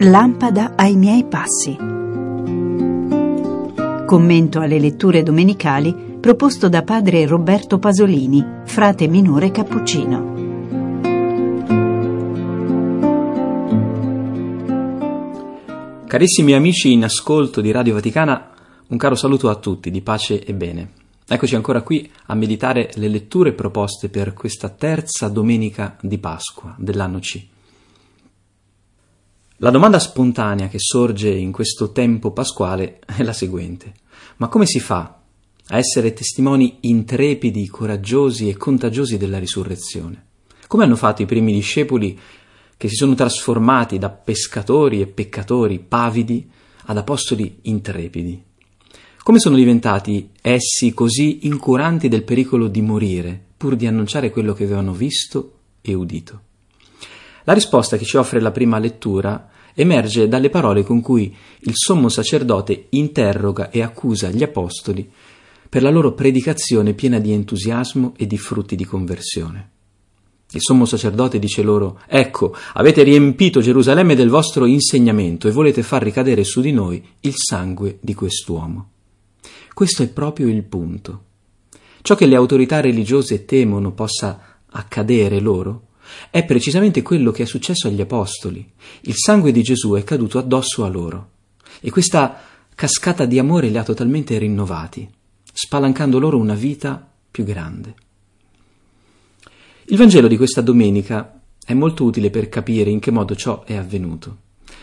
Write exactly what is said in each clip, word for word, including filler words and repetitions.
Lampada ai miei passi. Commento alle letture domenicali proposto da padre Roberto Pasolini, frate minore cappuccino. Carissimi amici in ascolto di Radio Vaticana, un caro saluto a tutti, di pace e bene. Eccoci ancora qui a meditare le letture proposte per questa terza domenica di Pasqua dell'anno C. La domanda spontanea che sorge in questo tempo pasquale è la seguente: ma come si fa a essere testimoni intrepidi, coraggiosi e contagiosi della risurrezione? Come hanno fatto i primi discepoli che si sono trasformati da pescatori e peccatori pavidi ad apostoli intrepidi? Come sono diventati essi così incuranti del pericolo di morire, pur di annunciare quello che avevano visto e udito? La risposta che ci offre la prima lettura emerge dalle parole con cui il sommo sacerdote interroga e accusa gli apostoli per la loro predicazione piena di entusiasmo e di frutti di conversione. Il sommo sacerdote dice loro: «Ecco, avete riempito Gerusalemme del vostro insegnamento e volete far ricadere su di noi il sangue di quest'uomo». Questo è proprio il punto. Ciò che le autorità religiose temono possa accadere loro è precisamente quello che è successo agli apostoli. Il sangue di Gesù è caduto addosso a loro e questa cascata di amore li ha totalmente rinnovati, spalancando loro una vita più grande. Il Vangelo di questa domenica è molto utile per capire in che modo ciò è avvenuto.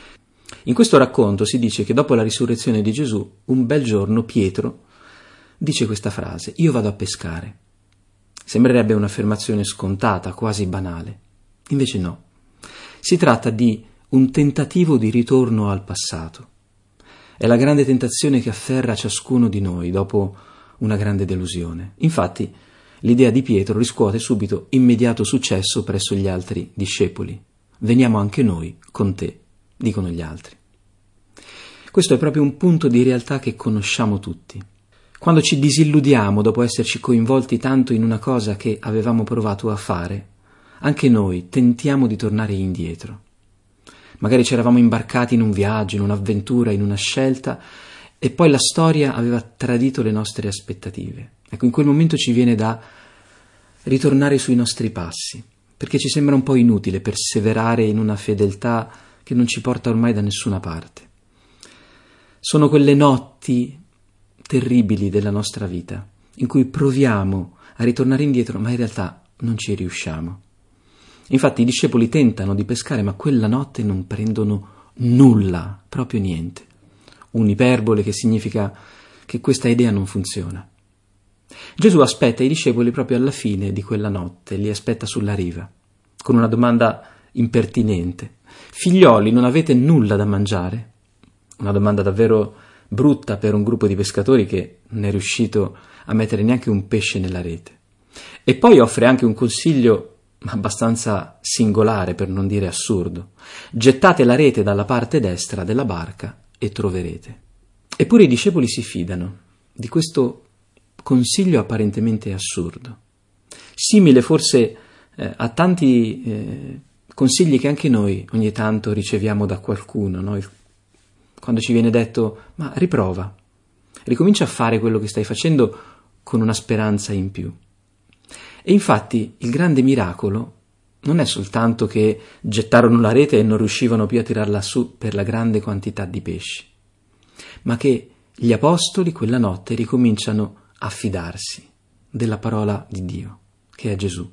In questo racconto si dice che dopo la risurrezione di Gesù, un bel giorno Pietro dice questa frase: «Io vado a pescare». Sembrerebbe un'affermazione scontata, quasi banale. Invece no. Si tratta di un tentativo di ritorno al passato. È la grande tentazione che afferra ciascuno di noi dopo una grande delusione. Infatti, l'idea di Pietro riscuote subito immediato successo presso gli altri discepoli. «Veniamo anche noi con te», dicono gli altri. Questo è proprio un punto di realtà che conosciamo tutti. Quando ci disilludiamo dopo esserci coinvolti tanto in una cosa che avevamo provato a fare, anche noi tentiamo di tornare indietro. Magari ci eravamo imbarcati in un viaggio, in un'avventura, in una scelta, e poi la storia aveva tradito le nostre aspettative. Ecco, in quel momento ci viene da ritornare sui nostri passi, perché ci sembra un po' inutile perseverare in una fedeltà che non ci porta ormai da nessuna parte. Sono quelle notti terribili della nostra vita, in cui proviamo a ritornare indietro, ma in realtà non ci riusciamo. Infatti i discepoli tentano di pescare, ma quella notte non prendono nulla, proprio niente. Un'iperbole che significa che questa idea non funziona. Gesù aspetta i discepoli proprio alla fine di quella notte, li aspetta sulla riva, con una domanda impertinente: «Figlioli, non avete nulla da mangiare?» Una domanda davvero brutta per un gruppo di pescatori che non è riuscito a mettere neanche un pesce nella rete. E poi offre anche un consiglio abbastanza singolare, per non dire assurdo: «Gettate la rete dalla parte destra della barca e troverete». Eppure i discepoli si fidano di questo consiglio apparentemente assurdo, simile forse eh, a tanti eh, consigli che anche noi ogni tanto riceviamo da qualcuno, no? Quando ci viene detto: «Ma riprova, ricomincia a fare quello che stai facendo con una speranza in più». E infatti il grande miracolo non è soltanto che gettarono la rete e non riuscivano più a tirarla su per la grande quantità di pesci, ma che gli apostoli quella notte ricominciano a fidarsi della parola di Dio, che è Gesù.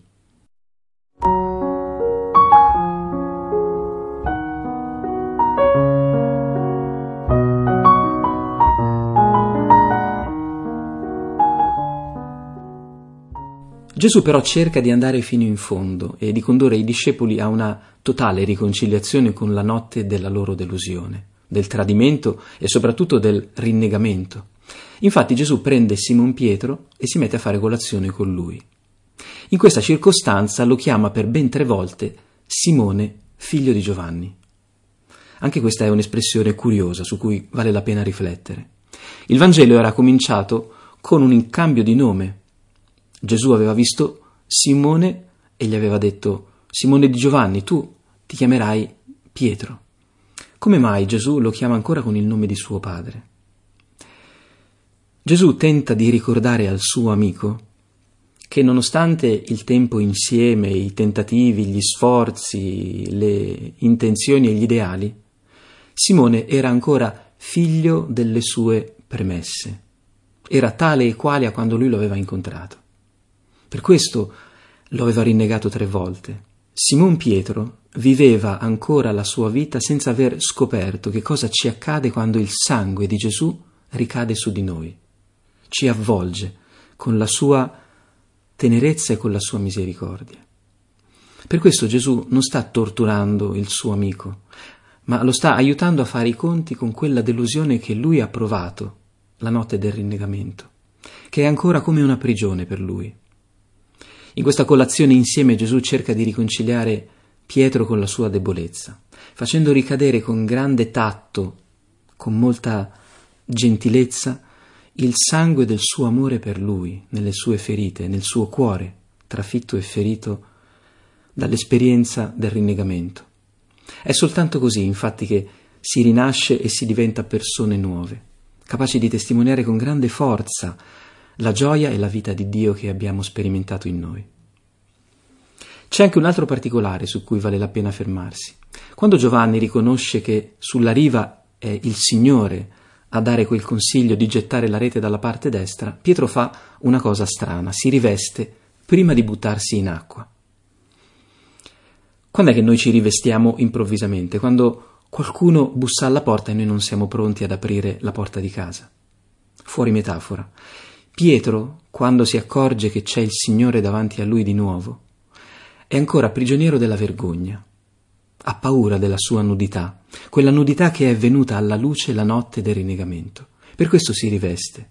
Gesù però cerca di andare fino in fondo e di condurre i discepoli a una totale riconciliazione con la notte della loro delusione, del tradimento e soprattutto del rinnegamento. Infatti Gesù prende Simon Pietro e si mette a fare colazione con lui. In questa circostanza lo chiama per ben tre volte Simone, figlio di Giovanni. Anche questa è un'espressione curiosa su cui vale la pena riflettere. Il Vangelo era cominciato con un cambio di nome. Gesù aveva visto Simone e gli aveva detto: Simone di Giovanni, tu ti chiamerai Pietro. Come mai Gesù lo chiama ancora con il nome di suo padre? Gesù tenta di ricordare al suo amico che nonostante il tempo insieme, i tentativi, gli sforzi, le intenzioni e gli ideali, Simone era ancora figlio delle sue premesse. Era tale e quale a quando lui lo aveva incontrato. Per questo lo aveva rinnegato tre volte. Simon Pietro viveva ancora la sua vita senza aver scoperto che cosa ci accade quando il sangue di Gesù ricade su di noi, ci avvolge con la sua tenerezza e con la sua misericordia. Per questo Gesù non sta torturando il suo amico, ma lo sta aiutando a fare i conti con quella delusione che lui ha provato la notte del rinnegamento, che è ancora come una prigione per lui. In questa colazione insieme Gesù cerca di riconciliare Pietro con la sua debolezza, facendo ricadere con grande tatto, con molta gentilezza, il sangue del suo amore per lui, nelle sue ferite, nel suo cuore, trafitto e ferito dall'esperienza del rinnegamento. È soltanto così, infatti, che si rinasce e si diventa persone nuove, capaci di testimoniare con grande forza la gioia e la vita di Dio che abbiamo sperimentato in noi. C'è anche un altro particolare su cui vale la pena fermarsi. Quando Giovanni riconosce che sulla riva è il Signore a dare quel consiglio di gettare la rete dalla parte destra, Pietro fa una cosa strana, si riveste prima di buttarsi in acqua. Quando è che noi ci rivestiamo improvvisamente? Quando qualcuno bussa alla porta e noi non siamo pronti ad aprire la porta di casa. Fuori metafora. Pietro, quando si accorge che c'è il Signore davanti a lui di nuovo, è ancora prigioniero della vergogna. Ha paura della sua nudità, quella nudità che è venuta alla luce la notte del rinnegamento. Per questo si riveste.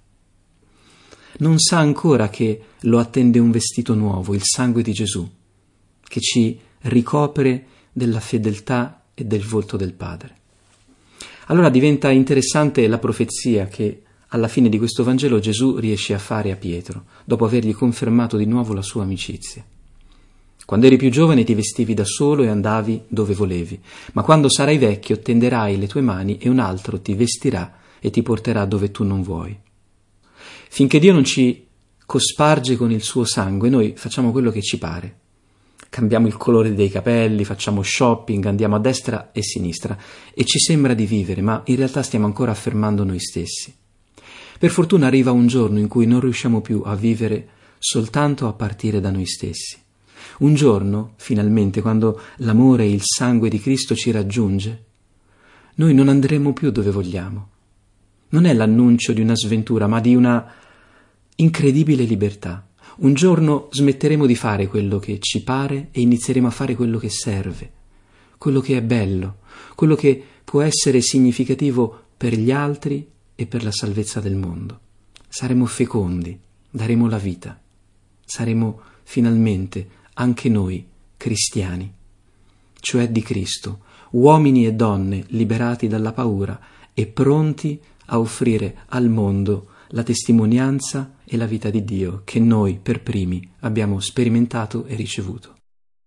Non sa ancora che lo attende un vestito nuovo, il sangue di Gesù, che ci ricopre della fedeltà e del volto del Padre. Allora diventa interessante la profezia che alla fine di questo Vangelo Gesù riesce a fare a Pietro, dopo avergli confermato di nuovo la sua amicizia. Quando eri più giovane ti vestivi da solo e andavi dove volevi, ma quando sarai vecchio tenderai le tue mani e un altro ti vestirà e ti porterà dove tu non vuoi. Finché Dio non ci cosparge con il suo sangue, noi facciamo quello che ci pare. Cambiamo il colore dei capelli, facciamo shopping, andiamo a destra e a sinistra e ci sembra di vivere, ma in realtà stiamo ancora affermando noi stessi. Per fortuna arriva un giorno in cui non riusciamo più a vivere soltanto a partire da noi stessi. Un giorno, finalmente, quando l'amore e il sangue di Cristo ci raggiunge, noi non andremo più dove vogliamo. Non è l'annuncio di una sventura, ma di una incredibile libertà. Un giorno smetteremo di fare quello che ci pare e inizieremo a fare quello che serve, quello che è bello, quello che può essere significativo per gli altri e per la salvezza del mondo. Saremo fecondi, daremo la vita. Saremo finalmente anche noi cristiani, cioè di Cristo, uomini e donne liberati dalla paura e pronti a offrire al mondo la testimonianza e la vita di Dio che noi per primi abbiamo sperimentato e ricevuto.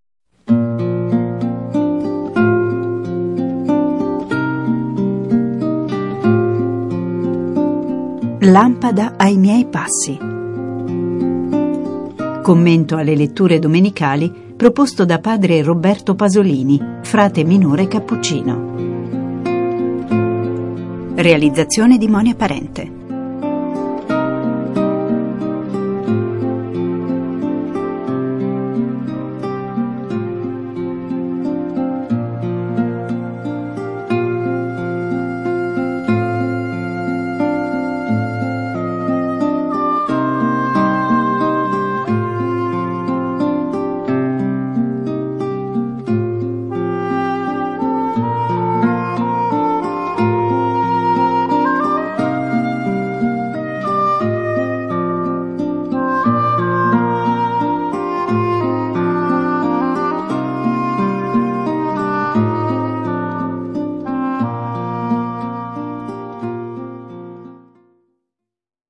Lampada ai miei passi. Commento alle letture domenicali proposto da padre Roberto Pasolini, frate minore cappuccino. Realizzazione di Monia Parente.